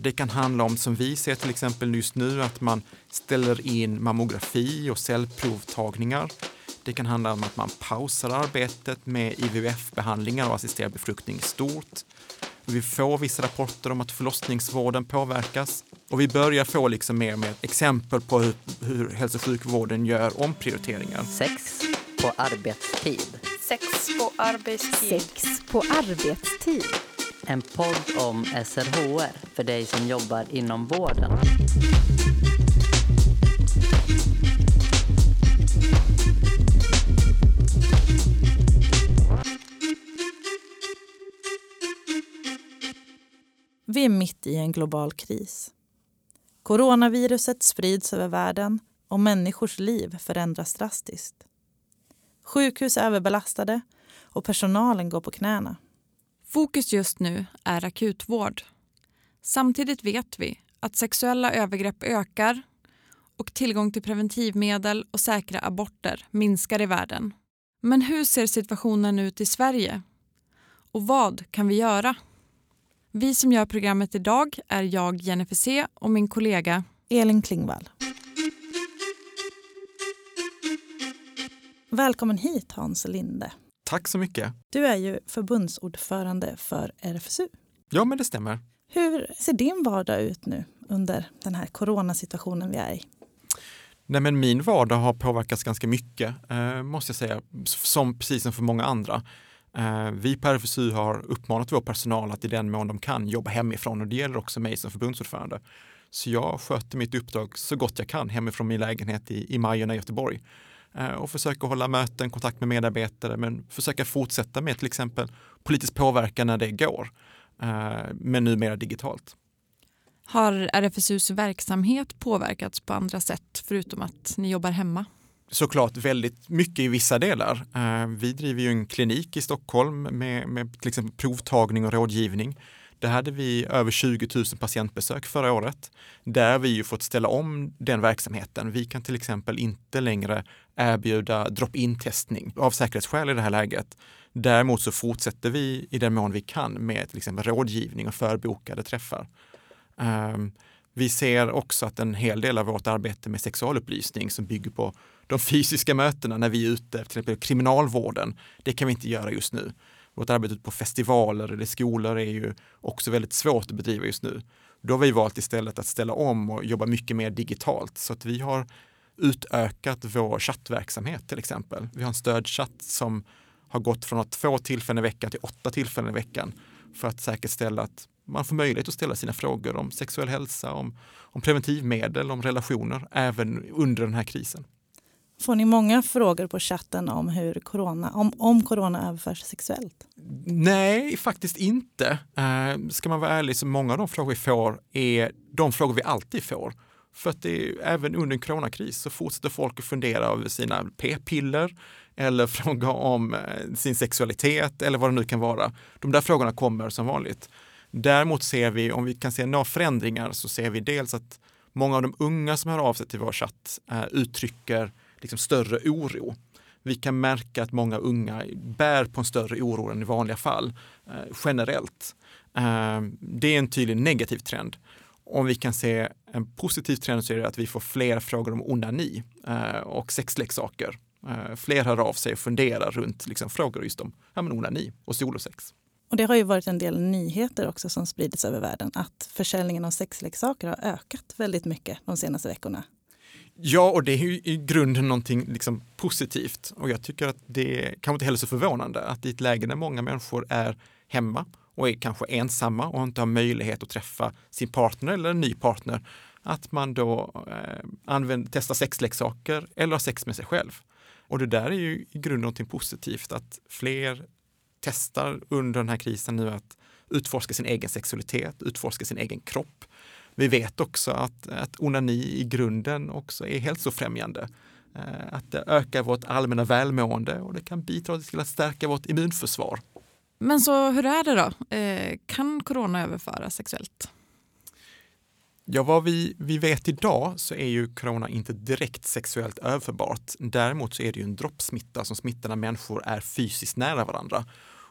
Det kan handla om, som vi ser till exempel just nu, att man ställer in mammografi och cellprovtagningar. Det kan handla om att man pausar arbetet med IVF-behandlingar och assisterad befruktning i stort. Vi får vissa rapporter om att förlossningsvården påverkas. Och vi börjar få liksom mer med exempel på hur hälso- och sjukvården gör omprioriteringar. Sex på arbetstid. Sex på arbetstid. Sex på arbetstid. En podd om SRHR för dig som jobbar inom vården. Vi är mitt i en global kris. Coronaviruset sprids över världen och människors liv förändras drastiskt. Sjukhus är överbelastade och personalen går på knäna. Fokus just nu är akutvård. Samtidigt vet vi att sexuella övergrepp ökar och tillgång till preventivmedel och säkra aborter minskar i världen. Men hur ser situationen ut i Sverige? Och vad kan vi göra? Vi som gör programmet idag är jag, Jennifer C. och min kollega Elin Klingvall. Välkommen hit, Hans Linde. Tack så mycket. Du är ju förbundsordförande för RFSU. Ja, men det stämmer. Hur ser din vardag ut nu under den här coronasituationen vi är i? Nej, men min vardag har påverkats ganska mycket, måste jag säga, precis som för många andra. Vi på RFSU har uppmanat vår personal att i den mån de kan jobba hemifrån, och det gäller också mig som förbundsordförande. Så jag sköter mitt uppdrag så gott jag kan hemifrån min lägenhet i Majorna i Göteborg. Och försöker hålla möten, kontakt med medarbetare, men försöka fortsätta med till exempel politisk påverkan när det går, men numera digitalt. Har RFSUs verksamhet påverkats på andra sätt förutom att ni jobbar hemma? Såklart väldigt mycket i vissa delar. Vi driver ju en klinik i Stockholm med till exempel provtagning och rådgivning. Där hade vi över 20 000 patientbesök förra året. Där har vi ju fått ställa om den verksamheten. Vi kan till exempel inte längre erbjuda drop-in-testning av säkerhetsskäl i det här läget. Däremot så fortsätter vi i den mån vi kan med till exempel rådgivning och förbokade träffar. Vi ser också att en hel del av vårt arbete med sexualupplysning som bygger på de fysiska mötena när vi är ute, till exempel kriminalvården, det kan vi inte göra just nu. Vårt arbete på festivaler eller skolor är ju också väldigt svårt att bedriva just nu. Då har vi valt istället att ställa om och jobba mycket mer digitalt, så att vi har utökat vår chattverksamhet till exempel. Vi har en stödchatt som har gått från 2 tillfällen i veckan till 8 tillfällen i veckan för att säkerställa att man får möjlighet att ställa sina frågor om sexuell hälsa, om preventivmedel, om relationer, även under den här krisen. Får ni många frågor på chatten om hur om corona överförs sexuellt? Nej, faktiskt inte. Ska man vara ärlig, så många av de frågor vi får är de frågor vi alltid får. För att även under en coronakris så fortsätter folk att fundera över sina p-piller eller fråga om sin sexualitet eller vad det nu kan vara. De där frågorna kommer som vanligt. Däremot ser vi, om vi kan se några förändringar, så ser vi dels att många av de unga som hör av sig till vår chatt uttrycker liksom större oro. Vi kan märka att många unga bär på en större oro än i vanliga fall, generellt. Det är en tydlig negativ trend. Om vi kan se en positiv trend så är det att vi får fler frågor om onani och sexleksaker. Fler hör av sig och funderar runt liksom frågor just om onani och solosex. Och det har ju varit en del nyheter också som spridits över världen, att försäljningen av sexleksaker har ökat väldigt mycket de senaste veckorna. Ja, och det är ju i grunden någonting liksom positivt. Och jag tycker att det kan inte heller så förvånande att i ett läge där många människor är hemma och är kanske ensamma och inte har möjlighet att träffa sin partner eller en ny partner, att man då testar sexleksaker eller har sex med sig själv. Och det där är ju i grunden någonting positivt, att fler testar under den här krisen nu att utforska sin egen sexualitet, utforska sin egen kropp. Vi vet också att onani i grunden också är hälsofrämjande. Att det ökar vårt allmänna välmående och det kan bidra till att stärka vårt immunförsvar. Men så hur är det då? Kan corona överföras sexuellt? Ja, vad vi vet idag så är ju corona inte direkt sexuellt överförbart. Däremot så är det ju en droppsmitta som smittar när människor är fysiskt nära varandra.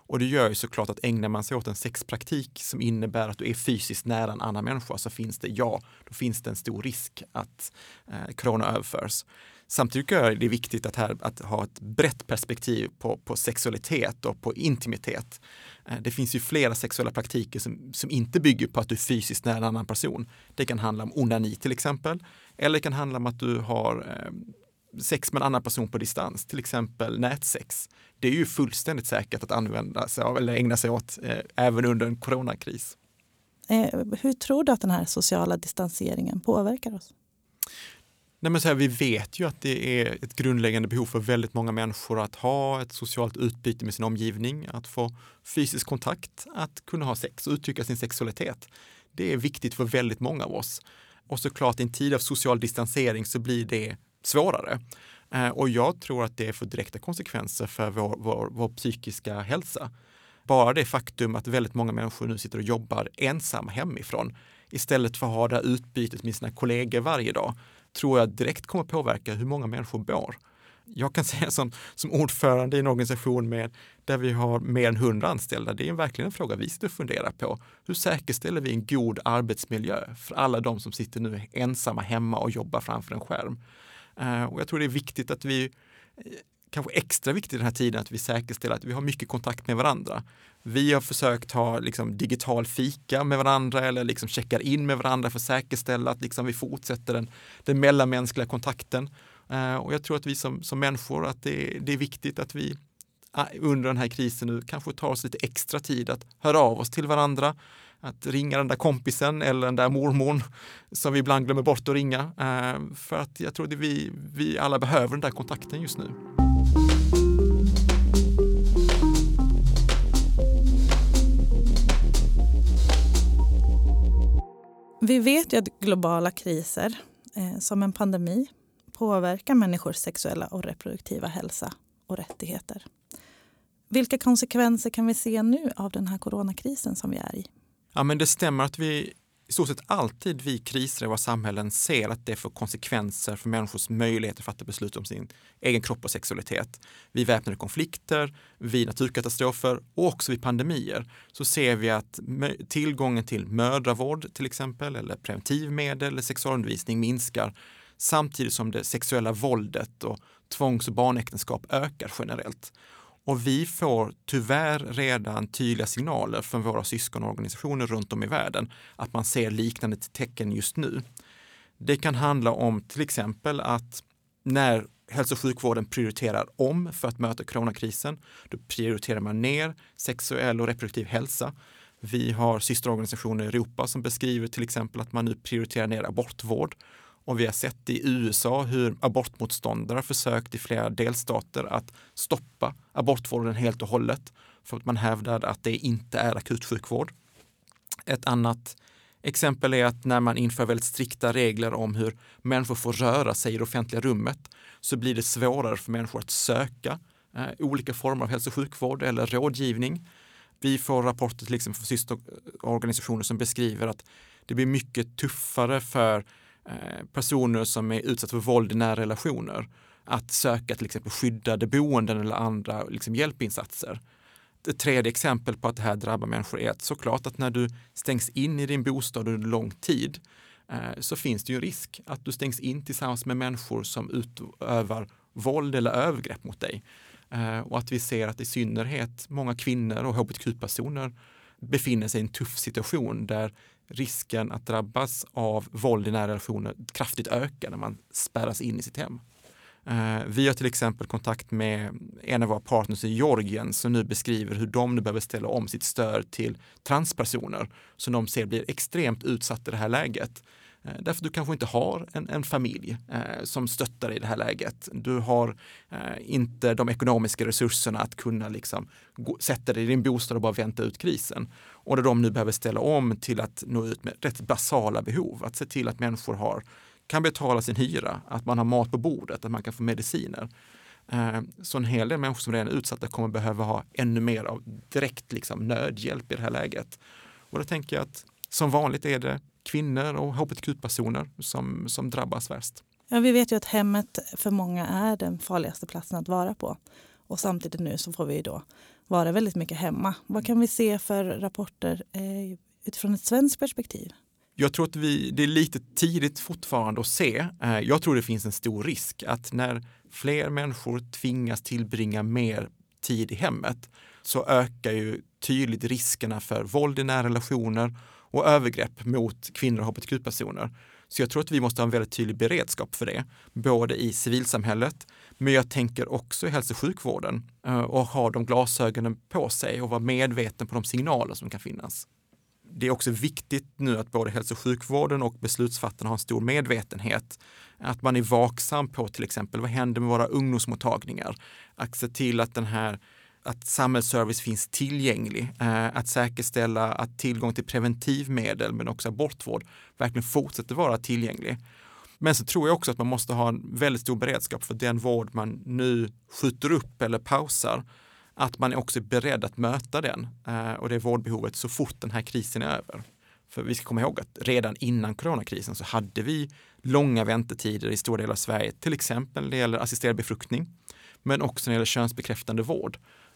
Och det gör ju såklart att ägnar man sig åt en sexpraktik som innebär att du är fysiskt nära en annan människa, så finns det en stor risk att corona överförs. Samtidigt tycker jag det är viktigt att ha ett brett perspektiv på sexualitet och på intimitet. Det finns ju flera sexuella praktiker som inte bygger på att du är fysiskt nära en annan person. Det kan handla om onani till exempel, eller det kan handla om att du har sex med en annan person på distans, till exempel nätsex. Det är ju fullständigt säkert att använda sig av eller ägna sig åt även under en coronakris. Hur tror du att den här sociala distanseringen påverkar oss? Nej, men vi vet ju att det är ett grundläggande behov för väldigt många människor att ha ett socialt utbyte med sin omgivning, att få fysisk kontakt, att kunna ha sex och uttrycka sin sexualitet. Det är viktigt för väldigt många av oss. Och såklart i en tid av social distansering så blir det svårare. Och jag tror att det får direkta konsekvenser för vår psykiska hälsa. Bara det faktum att väldigt många människor nu sitter och jobbar ensamma hemifrån istället för att ha det här utbytet med sina kollegor varje dag, tror jag direkt kommer påverka hur många människor bor. Jag kan säga som ordförande i en organisation där vi har mer än 100 anställda, det är verkligen en fråga vi sitter och funderar på. Hur säkerställer vi en god arbetsmiljö för alla de som sitter nu ensamma hemma och jobbar framför en skärm? Och jag tror det är viktigt att vi, kanske extra viktigt i den här tiden, att vi säkerställer att vi har mycket kontakt med varandra. Vi har försökt ha digital fika med varandra eller checkar in med varandra för att säkerställa att vi fortsätter den mellanmänskliga kontakten. Och jag tror att vi som människor, att det är viktigt att vi under den här krisen nu kanske tar oss lite extra tid att höra av oss till varandra, att ringa den där kompisen eller den där mormorn som vi ibland glömmer bort att ringa. För att jag tror att vi alla behöver den där kontakten just nu. Vi vet ju att globala kriser, som en pandemi, påverkar människors sexuella och reproduktiva hälsa och rättigheter. Vilka konsekvenser kan vi se nu av den här coronakrisen som vi är i? Ja, men det stämmer att vi i stort sett alltid vid kriser i våra samhällen ser att det får konsekvenser för människors möjligheter att fatta beslut om sin egen kropp och sexualitet. Vid väpnade konflikter, vid naturkatastrofer och också vid pandemier så ser vi att tillgången till mödravård till exempel eller preventivmedel eller sexualundervisning minskar samtidigt som det sexuella våldet och tvångs- och barnäktenskap ökar generellt. Och vi får tyvärr redan tydliga signaler från våra syskonorganisationer runt om i världen att man ser liknande tecken just nu. Det kan handla om till exempel att när hälso- och sjukvården prioriterar om för att möta coronakrisen, då prioriterar man ner sexuell och reproduktiv hälsa. Vi har systerorganisationer i Europa som beskriver till exempel att man nu prioriterar ner abortvård. Och vi har sett i USA hur abortmotståndare försökt i flera delstater att stoppa abortvården helt och hållet för att man hävdar att det inte är akutsjukvård. Ett annat exempel är att när man inför väldigt strikta regler om hur människor får röra sig i det offentliga rummet så blir det svårare för människor att söka olika former av hälso- och sjukvård eller rådgivning. Vi får rapporter till exempel från systerorganisationer som beskriver att det blir mycket tuffare för personer som är utsatta för våld i nära relationer att söka till exempel skyddade boenden eller andra hjälpinsatser. Ett tredje exempel på att det här drabbar människor är att såklart att när du stängs in i din bostad under lång tid så finns det ju en risk att du stängs in tillsammans med människor som utövar våld eller övergrepp mot dig. Och att vi ser att i synnerhet många kvinnor och hbtq-personer befinner sig i en tuff situation där risken att drabbas av våld i nära relationer kraftigt ökar när man spärras in i sitt hem. Vi har till exempel kontakt med en av våra partners i Georgien som nu beskriver hur de nu behöver ställa om sitt stöd till transpersoner som de ser blir extremt utsatta i det här läget. Därför du kanske inte har en familj som stöttar dig i det här läget. Du har inte de ekonomiska resurserna att kunna sätta dig i din bostad och bara vänta ut krisen. Och där de nu behöver ställa om till att nå ut med rätt basala behov. Att se till att människor kan betala sin hyra, att man har mat på bordet, att man kan få mediciner. Så en hel del människor som redan är utsatta kommer behöva ha ännu mer av direkt nödhjälp i det här läget. Och då tänker jag att som vanligt är det kvinnor och hbtq-personer som drabbas värst. Ja, vi vet ju att hemmet för många är den farligaste platsen att vara på. Och samtidigt nu så får vi då vara väldigt mycket hemma. Vad kan vi se för rapporter utifrån ett svenskt perspektiv? Jag tror att det är lite tidigt fortfarande att se. Jag tror det finns en stor risk att när fler människor tvingas tillbringa mer tid i hemmet så ökar ju tydligt riskerna för våld i nära relationer och övergrepp mot kvinnor och hbtq-personer. Så jag tror att vi måste ha en väldigt tydlig beredskap för det, både i civilsamhället, men jag tänker också i hälso- och sjukvården och ha de glasögonen på sig och vara medveten på de signaler som kan finnas. Det är också viktigt nu att både hälso- och sjukvården och beslutsfattarna har en stor medvetenhet. Att man är vaksam på till exempel vad händer med våra ungdomsmottagningar. Att se till att att samhällsservice finns tillgänglig. Att säkerställa att tillgång till preventivmedel men också abortvård verkligen fortsätter vara tillgänglig. Men så tror jag också att man måste ha en väldigt stor beredskap för den vård man nu skjuter upp eller pausar. Att man är också beredd att möta den och det vårdbehovet så fort den här krisen är över. För vi ska komma ihåg att redan innan coronakrisen så hade vi långa väntetider i stora delar av Sverige, till exempel när det gäller assisterad befruktning, men också när det gäller könsbekräftande vård.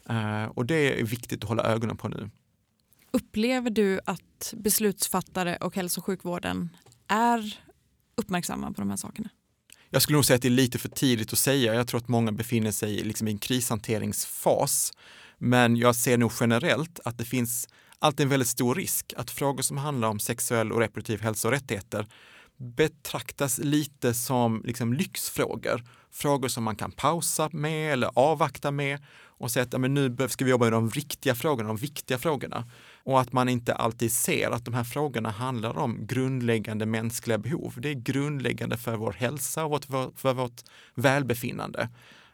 Och det är viktigt att hålla ögonen på nu. Upplever du att beslutsfattare och hälso- och sjukvården är uppmärksamma på de här sakerna? Jag skulle nog säga att det är lite för tidigt att säga. Jag tror att många befinner sig i en krishanteringsfas. Men jag ser nog generellt att det finns alltid en väldigt stor risk att frågor som handlar om sexuell och reproduktiv hälsa och rättigheter betraktas lite som lyxfrågor. Frågor som man kan pausa med eller avvakta med och säga att men nu ska vi jobba med de riktiga frågorna, de viktiga frågorna. Och att man inte alltid ser att de här frågorna handlar om grundläggande mänskliga behov. Det är grundläggande för vår hälsa och för vårt välbefinnande.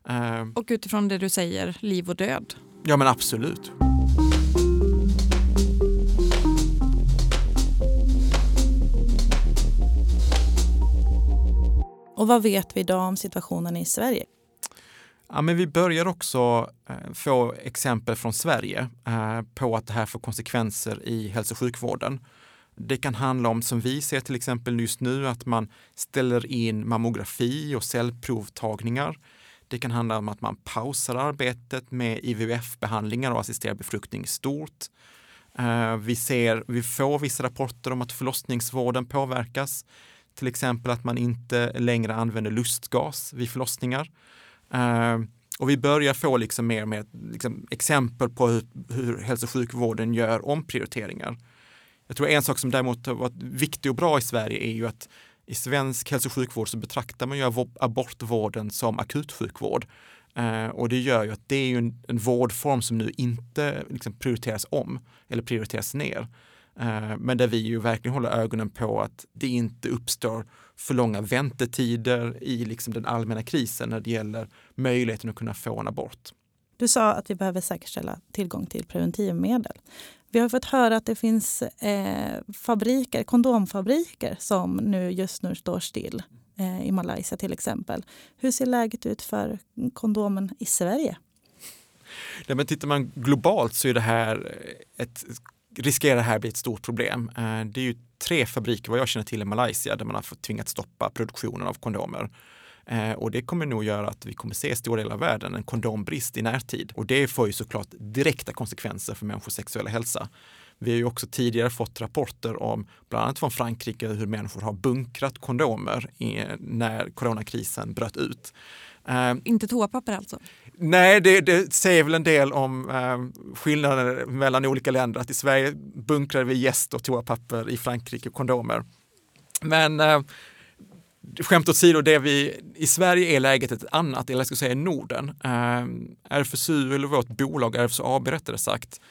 Och utifrån det du säger, liv och död. Ja men absolut. Och vad vet vi idag om situationen i Sverige? Ja, men vi börjar också få exempel från Sverige på att det här får konsekvenser i hälso- och sjukvården. Det kan handla om, som vi ser till exempel just nu, att man ställer in mammografi och cellprovtagningar. Det kan handla om att man pausar arbetet med IVF-behandlingar och assisterad befruktning stort. Vi får vissa rapporter om att förlossningsvården påverkas. Till exempel att man inte längre använder lustgas vid förlossningar. Och vi börjar få mer och mer exempel på hur hälso- och sjukvården gör omprioriteringar. Jag tror en sak som däremot har varit viktig och bra i Sverige är ju att i svensk hälso- och sjukvård så betraktar man ju abortvården som akutsjukvård. Och det gör ju att det är ju en vårdform som nu inte prioriteras om eller prioriteras ner. Men där vi ju verkligen håller ögonen på att det inte uppstår för långa väntetider i den allmänna krisen när det gäller möjligheten att kunna få en abort. Du sa att vi behöver säkerställa tillgång till preventivmedel. Vi har fått höra att det finns kondomfabriker som just nu står still i Malaysia till exempel. Hur ser läget ut för kondomen i Sverige? Ja, men tittar man globalt så är det här riskerar det här bli ett stort problem. Det är ju 3 fabriker vad jag känner till i Malaysia där man har fått tvingat stoppa produktionen av kondomer. Och det kommer nog göra att vi kommer se i stora delar av världen en kondombrist i närtid. Och det får ju såklart direkta konsekvenser för människors sexuella hälsa. Vi har ju också tidigare fått rapporter om, bland annat från Frankrike, hur människor har bunkrat kondomer när coronakrisen bröt ut. Inte toapapper alltså? Nej, det säger väl en del om skillnader mellan olika länder. Att i Sverige bunkrar vi jäst och toapapper, i Frankrike kondomer. Men skämt åsido, i Sverige är läget ett annat, eller jag ska säga i Norden. RFSU, eller vårt bolag RFSU AB rättare sagt,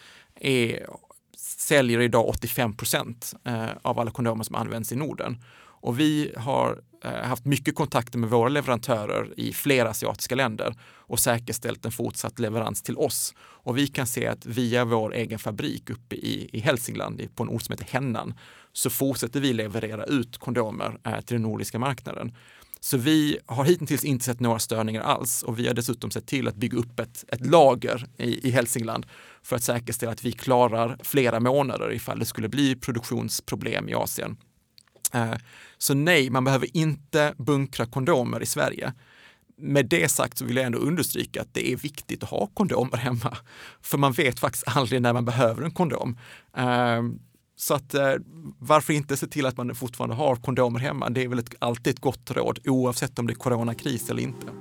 säljer idag 85% av alla kondomer som används i Norden. Och vi har haft mycket kontakter med våra leverantörer i flera asiatiska länder och säkerställt en fortsatt leverans till oss. Och vi kan se att via vår egen fabrik uppe i Hälsingland, på en ort som heter Hennan, så fortsätter vi leverera ut kondomer till den nordiska marknaden. Så vi har hittills inte sett några störningar alls, och vi har dessutom sett till att bygga upp ett lager i Hälsingland för att säkerställa att vi klarar flera månader ifall det skulle bli produktionsproblem i Asien. Så nej, man behöver inte bunkra kondomer i Sverige. med det sagt så vill jag ändå understryka att det är viktigt att ha kondomer hemma. För man vet faktiskt aldrig när man behöver en kondom. Så att varför inte se till att man fortfarande har kondomer hemma? Det är väl alltid ett gott råd oavsett om det är coronakris eller inte.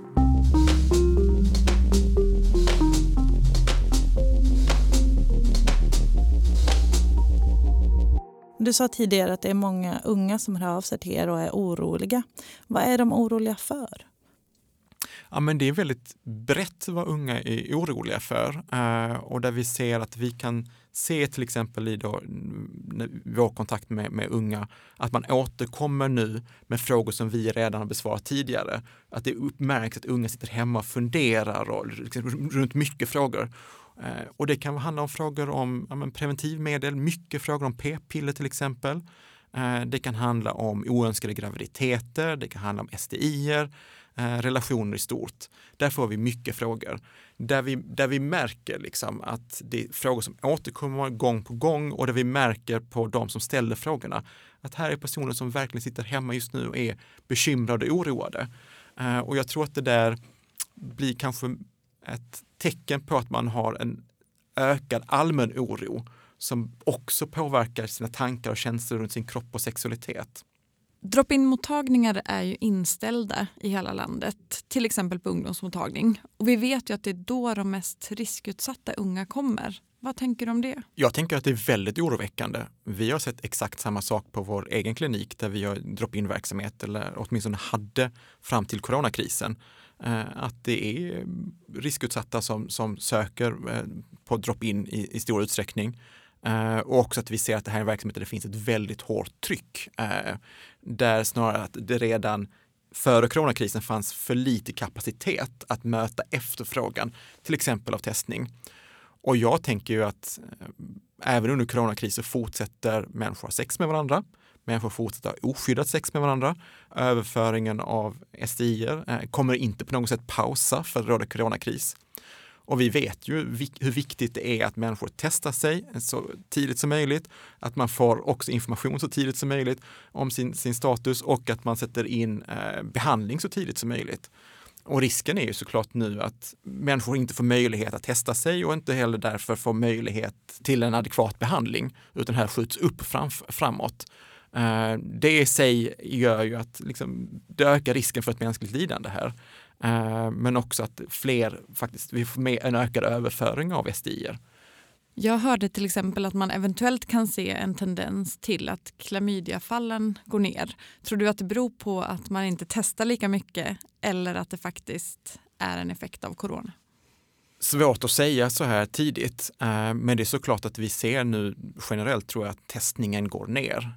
Du sa tidigare att det är många unga som hör av sig till er och är oroliga. Vad är de oroliga för? Ja, men det är väldigt brett vad unga är oroliga för. Och där vi ser att vi kan se till exempel i vår kontakt med unga att man återkommer nu med frågor som vi redan har besvarat tidigare. Att det märks att unga sitter hemma och funderar och, liksom, runt mycket frågor. Och det kan handla om frågor om preventivmedel, mycket frågor om p-piller till exempel. Det kan handla om oönskade graviditeter, det kan handla om STI:er, relationer i stort. Där får vi mycket frågor. Där vi märker liksom att det är frågor som återkommer gång på gång och där vi märker på de som ställer frågorna att här är personer som verkligen sitter hemma just nu och är bekymrade och oroade. Och jag tror att det där blir kanske ett tecken på att man har en ökad allmän oro som också påverkar sina tankar och känslor runt sin kropp och sexualitet. Drop-in-mottagningar är ju inställda i hela landet, till exempel på ungdomsmottagning. Och vi vet ju att det är då de mest riskutsatta unga kommer. Vad tänker du om det? Jag tänker att det är väldigt oroväckande. Vi har sett exakt samma sak på vår egen klinik där vi har drop-in-verksamhet, eller åtminstone hade fram till coronakrisen. Att det är riskutsatta som söker på drop-in i stor utsträckning. Och också att vi ser att det här är en verksamhet där det finns ett väldigt hårt tryck. Där snarare att det redan före coronakrisen fanns för lite kapacitet att möta efterfrågan, till exempel av testning. Och jag tänker ju att även under coronakrisen fortsätter människor ha sex med varandra. Människor fortsätter ha oskyddat sex med varandra. Överföringen av STI:er kommer inte på något sätt pausa för att råda coronakris. Och vi vet ju hur viktigt det är att människor testar sig så tidigt som möjligt. Att man får också information så tidigt som möjligt om sin status och att man sätter in behandling så tidigt som möjligt. Och risken är ju såklart nu att människor inte får möjlighet att testa sig och inte heller därför får möjlighet till en adekvat behandling, utan här skjuts upp framåt. Det i sig gör ju att liksom, det ökar risken för ett mänskligt lidande här. Men också att vi får med en ökad överföring av STI:er. Jag hörde till exempel att man eventuellt kan se en tendens till att klamydiafallen går ner. Tror du att det beror på att man inte testar lika mycket eller att det faktiskt är en effekt av corona? Svårt att säga så här tidigt, men det är såklart att vi ser nu generellt, tror jag, att testningen går ner.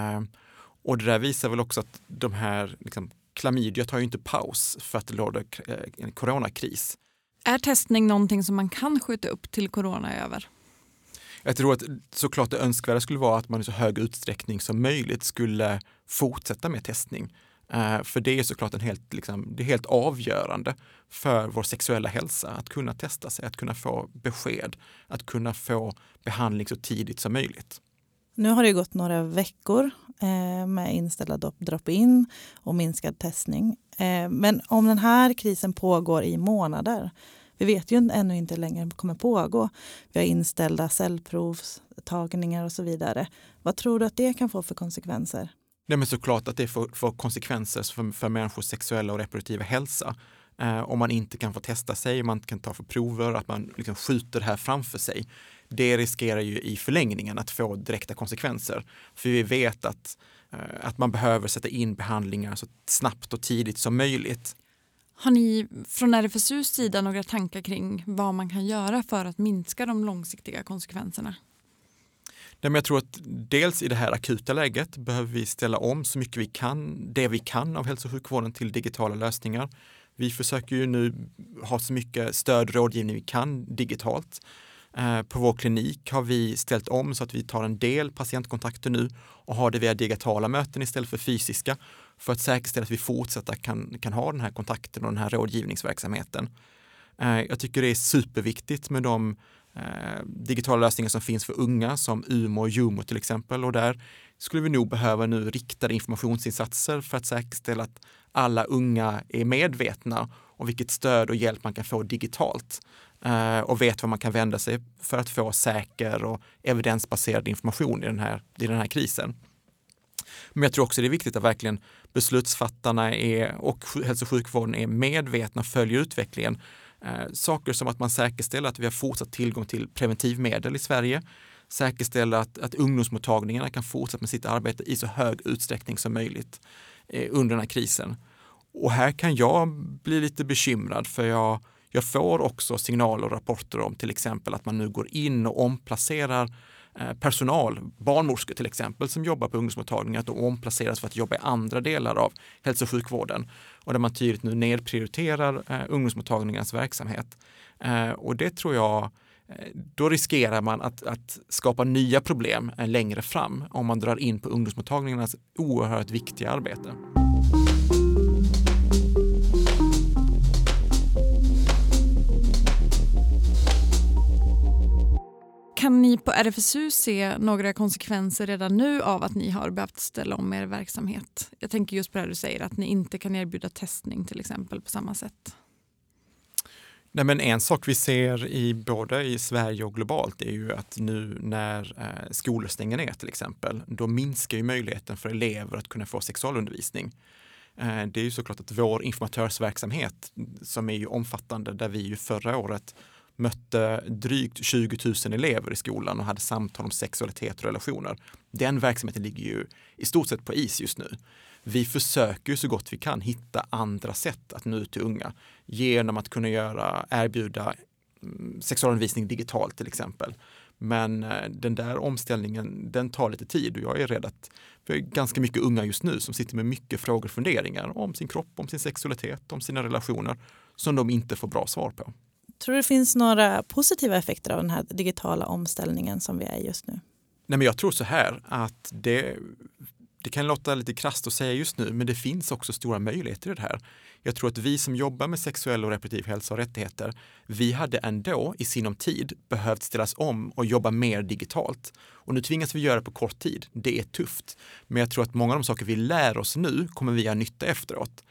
Och det där visar väl också att de här klamydia tar ju inte paus för att det råder en coronakris. Är testning någonting som man kan skjuta upp till corona är över? Jag tror att såklart det önskvärda skulle vara att man i så hög utsträckning som möjligt skulle fortsätta med testning. För det är såklart det är helt avgörande för vår sexuella hälsa att kunna testa sig, att kunna få besked, att kunna få behandling så tidigt som möjligt. Nu har det gått några veckor med inställda drop-in och minskad testning. Men om den här krisen pågår i månader, vi vet ju ännu inte hur länge det kommer pågå. Vi har inställda cellprovstagningar och så vidare. Vad tror du att det kan få för konsekvenser? Nej, men såklart att det får konsekvenser för människors sexuella och reproduktiva hälsa. Om man inte kan få testa sig, man inte kan ta för prover, att man skjuter det här framför sig. Det riskerar ju i förlängningen att få direkta konsekvenser. För vi vet att man behöver sätta in behandlingar så snabbt och tidigt som möjligt. Har ni från RFSUs sida några tankar kring vad man kan göra för att minska de långsiktiga konsekvenserna? Nej, men jag tror att dels i det här akuta läget behöver vi ställa om så mycket vi kan av hälso- och sjukvården till digitala lösningar. Vi försöker ju nu ha så mycket stöd och rådgivning vi kan digitalt. På vår klinik har vi ställt om så att vi tar en del patientkontakter nu och har det via digitala möten istället för fysiska, för att säkerställa att vi fortsätter kan ha den här kontakten och den här rådgivningsverksamheten. Jag tycker det är superviktigt med de digitala lösningar som finns för unga som UMO och JUMO till exempel, och där skulle vi nog behöva nu riktade informationsinsatser för att säkerställa att alla unga är medvetna och vilket stöd och hjälp man kan få digitalt och vet vad man kan vända sig för att få säker och evidensbaserad information i den här krisen. Men jag tror också det är viktigt att verkligen beslutsfattarna och hälso- och sjukvården är medvetna och följer utvecklingen. Saker som att man säkerställer att vi har fortsatt tillgång till preventivmedel i Sverige, säkerställer att ungdomsmottagningarna kan fortsätta med sitt arbete i så hög utsträckning som möjligt under den här krisen. Och här kan jag bli lite bekymrad för jag får också signaler och rapporter om till exempel att man nu går in och omplacerar personal, barnmorskor till exempel, som jobbar på ungdomsmottagningar, att de omplaceras för att jobba i andra delar av hälso- och sjukvården. Och där man tydligt nu nedprioriterar ungdomsmottagningarnas verksamhet. Och det tror jag, då riskerar man att skapa nya problem längre fram om man drar in på ungdomsmottagningarnas oerhört viktiga arbete. Kan ni på RFSU se några konsekvenser redan nu av att ni har behövt ställa om er verksamhet? Jag tänker just på det du säger, att ni inte kan erbjuda testning till exempel på samma sätt. Nej, men en sak vi ser både i Sverige och globalt är ju att nu när skolor stänger ner till exempel, då minskar ju möjligheten för elever att kunna få sexualundervisning. Det är ju såklart att vår informatörsverksamhet som är ju omfattande, där vi ju förra året mötte drygt 20 000 elever i skolan och hade samtal om sexualitet och relationer. Den verksamheten ligger ju i stort sett på is just nu. Vi försöker ju så gott vi kan hitta andra sätt att nå ut till unga genom att kunna erbjuda sexualundervisning digitalt till exempel. Men den där omställningen, den tar lite tid och jag är rädd att vi är ganska mycket unga just nu som sitter med mycket frågor och funderingar om sin kropp, om sin sexualitet, om sina relationer som de inte får bra svar på. Tror du det finns några positiva effekter av den här digitala omställningen som vi är just nu? Nej, men jag tror så här att det kan låta lite krasst att säga just nu, men det finns också stora möjligheter i det här. Jag tror att vi som jobbar med sexuell och reproduktiv hälsa och rättigheter, vi hade ändå i sinom tid behövt ställas om och jobba mer digitalt. Och nu tvingas vi göra det på kort tid. Det är tufft. Men jag tror att många av de saker vi lär oss nu kommer vi ha nytta efteråt.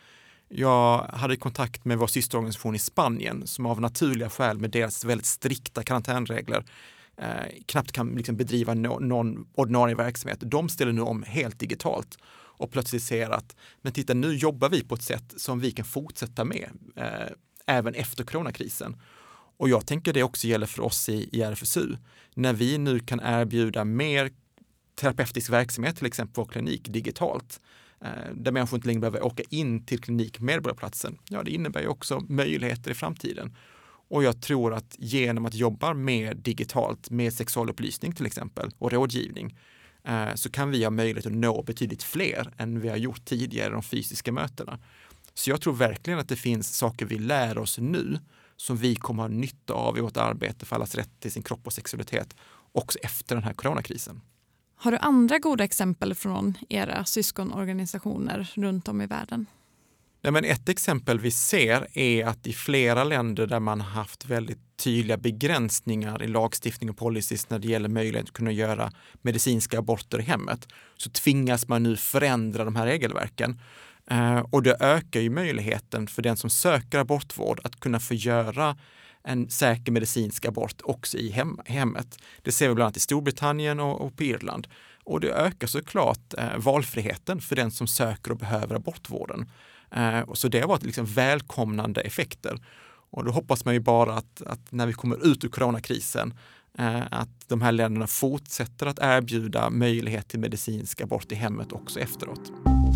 Jag hade kontakt med vår systerorganisation i Spanien som av naturliga skäl med deras väldigt strikta karantänregler knappt kan liksom bedriva någon ordinarie verksamhet. De ställer nu om helt digitalt och plötsligt ser att men titta, nu jobbar vi på ett sätt som vi kan fortsätta med även efter coronakrisen. Och jag tänker det också gäller för oss i RFSU. När vi nu kan erbjuda mer terapeutisk verksamhet, till exempel på klinik digitalt, där människor inte längre behöver åka in till klinik Medborgarplatsen. Ja, det innebär ju också möjligheter i framtiden. Och jag tror att genom att jobba mer digitalt med sexualupplysning till exempel och rådgivning så kan vi ha möjlighet att nå betydligt fler än vi har gjort tidigare i de fysiska mötena. Så jag tror verkligen att det finns saker vi lär oss nu som vi kommer ha nytta av i vårt arbete för allas rätt till sin kropp och sexualitet också efter den här coronakrisen. Har du andra goda exempel från era syskonorganisationer runt om i världen? Nej, men ett exempel vi ser är att i flera länder där man haft väldigt tydliga begränsningar i lagstiftning och policies när det gäller möjlighet att kunna göra medicinska aborter i hemmet, så tvingas man nu förändra de här regelverken. Och det ökar ju möjligheten för den som söker abortvård att kunna få göra en säker medicinsk abort också i hemmet. Det ser vi bland annat i Storbritannien och på Irland. Och det ökar såklart valfriheten för den som söker och behöver abortvården. Och så det har varit liksom välkomnande effekter. Och då hoppas man ju bara att när vi kommer ut ur coronakrisen att de här länderna fortsätter att erbjuda möjlighet till medicinsk abort i hemmet också efteråt.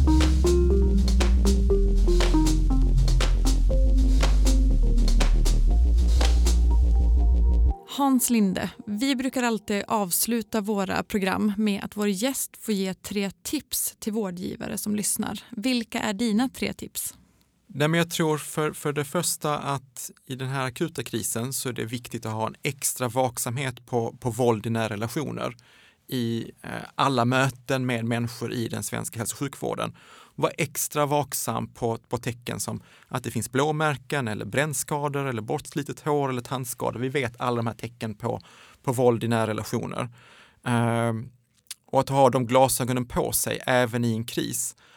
Hans Linde, vi brukar alltid avsluta våra program med att vår gäst får ge 3 tips till vårdgivare som lyssnar. Vilka är dina 3 tips? Nej, men jag tror för det första att i den här akuta krisen så är det viktigt att ha en extra vaksamhet på våld i nära relationer i alla möten med människor i den svenska hälso- och sjukvården. Var extra vaksam på tecken som att det finns blåmärken eller brännskador eller bortslitet hår eller tandskador. Vi vet alla de här tecken på våld i nära relationer. Och att ha de glasögonen på sig även i en kris.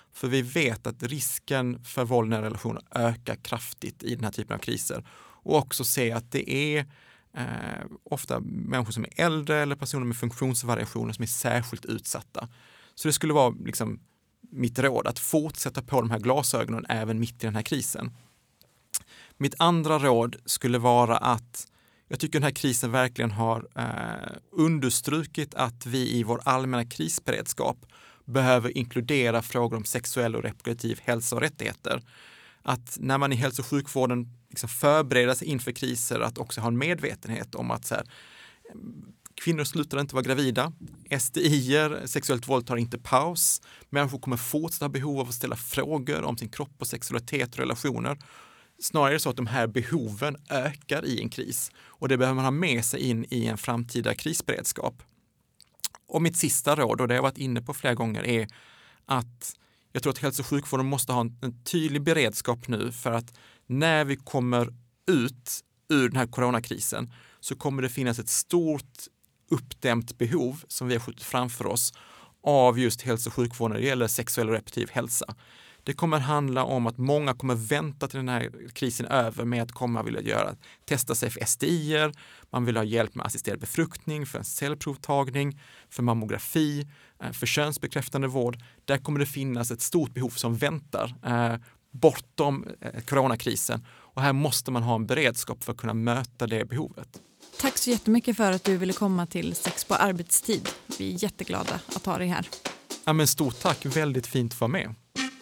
För vi vet att risken för våld i nära relationer ökar kraftigt i den här typen av kriser. Och också se att det är ofta människor som är äldre eller personer med funktionsvariationer som är särskilt utsatta. Så det skulle vara liksom mitt råd att fortsätta på de här glasögonen även mitt i den här krisen. Mitt andra råd skulle vara att jag tycker den här krisen verkligen har understrukit att vi i vår allmänna krisberedskap behöver inkludera frågor om sexuell och reproduktiv hälsa och rättigheter. Att när man i hälso- och sjukvården liksom förbereder sig inför kriser att också ha en medvetenhet om att så här, kvinnor slutar inte vara gravida, STI:er, sexuellt våld tar inte paus, människor kommer fortsätta ha behov av att ställa frågor om sin kropp och sexualitet och relationer. Snarare är det så att de här behoven ökar i en kris och det behöver man ha med sig in i en framtida krisberedskap. Och mitt sista råd, och det har jag varit inne på flera gånger, är att jag tror att hälso- och sjukvården måste ha en tydlig beredskap nu för att när vi kommer ut ur den här coronakrisen så kommer det finnas ett stort uppdämt behov som vi har skjutit framför oss av just hälso- och sjukvården när det gäller sexuell och reproduktiv hälsa. Det kommer handla om att många kommer vänta till den här krisen över med att komma och vilja testa sig för STI:er, man vill ha hjälp med assisterad befruktning, för en cellprovtagning, för mammografi, för könsbekräftande vård. Där kommer det finnas ett stort behov som väntar bortom coronakrisen och här måste man ha en beredskap för att kunna möta det behovet. Tack så jättemycket för att du ville komma till Sex på arbetstid. Vi är jätteglada att ha dig här. Ja, men stort tack, väldigt fint att vara med.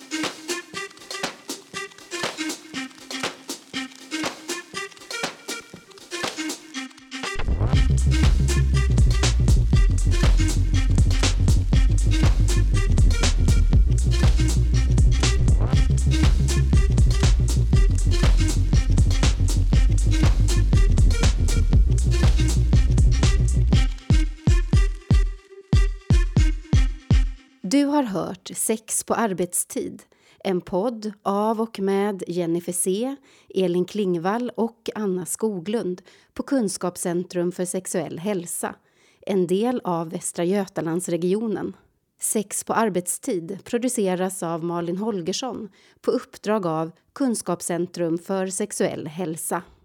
Du har hört Sex på arbetstid, en podd av och med Jennifer C., Elin Klingvall och Anna Skoglund på Kunskapscentrum för sexuell hälsa, en del av Västra Götalandsregionen. Sex på arbetstid produceras av Malin Holgersson på uppdrag av Kunskapscentrum för sexuell hälsa.